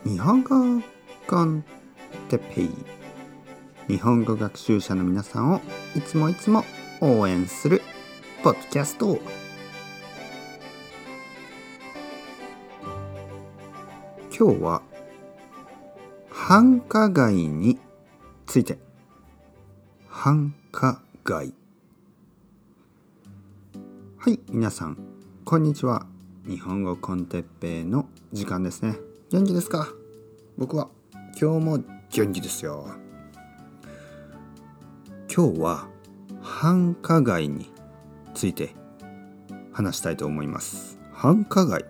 日本語コンテッペイ、日本語学習者の皆さんをいつも応援するポッドキャスト。今日は繁華街について。繁華街。はい、皆さんこんにちは。日本語コンテッペイの時間ですね。元気ですか？僕は今日も元気ですよ。今日は繁華街について話したいと思います。繁華街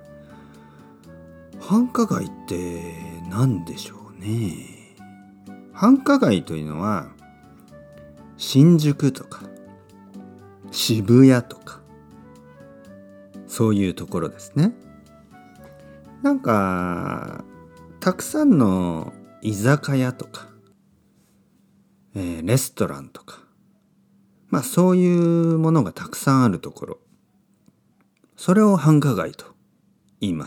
って何でしょうね。繁華街というのは新宿とか渋谷とかそういうところですね。なんかたくさんの居酒屋とか、レストランとか、そういうものがたくさんあるところ、それを繁華街と言います。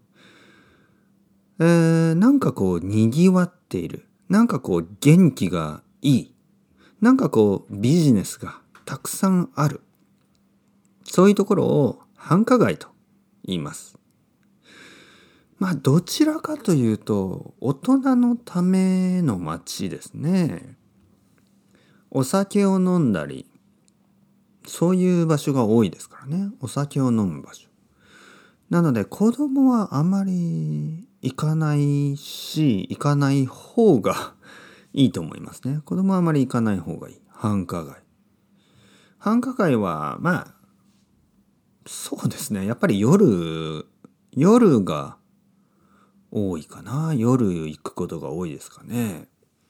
なんかこうにぎわっている、なんかこう元気がいい、なんかこうビジネスがたくさんある、そういうところを繁華街と言います。どちらかというと大人のための街ですね。お酒を飲んだり、そういう場所が多いですからね。お酒を飲む場所。なので子供はあまり行かないし、行かない方がいいと思いますね。子供はあまり行かない方がいい。繁華街。繁華街はそうですね。やっぱり夜が多いかな。夜行くことが多いですかね。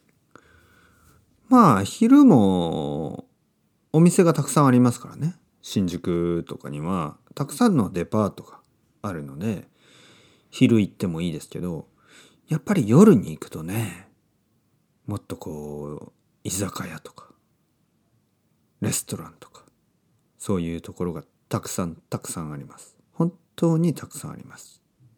昼もお店がたくさんありますからね。新宿とかにはたくさんのデパートがあるので、昼行ってもいいですけど、やっぱり夜に行くとね、もっとこう居酒屋とかレストランとか、そういうところがたくさんあります。本当にたくさんあります。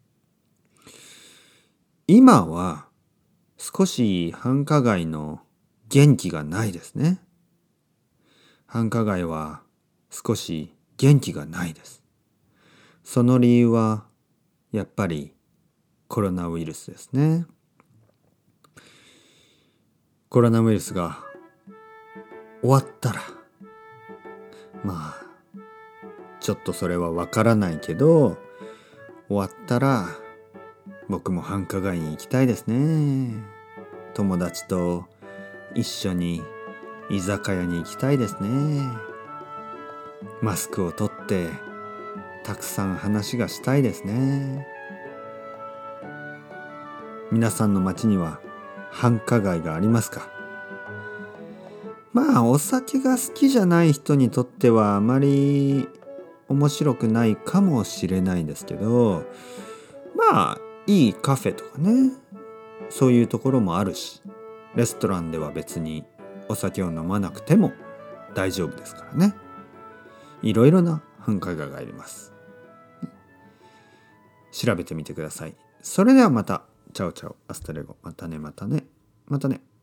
今は少し繁華街の元気がないですね。繁華街は少し元気がないです。その理由はやっぱりコロナウイルスですね。コロナウイルスが終わったら、ちょっとそれはわからないけど、終わったら僕も繁華街に行きたいですね。友達と一緒に居酒屋に行きたいですね。マスクを取ってたくさん話がしたいですね。皆さんの街には繁華街がありますか？お酒が好きじゃない人にとってはあまり面白くないかもしれないですけど、いいカフェとかね、そういうところもあるし、レストランでは別にお酒を飲まなくても大丈夫ですからね。いろいろな繁華街があります。調べてみてください。それではまた。チャオチャオ、アスタレゴ。またね。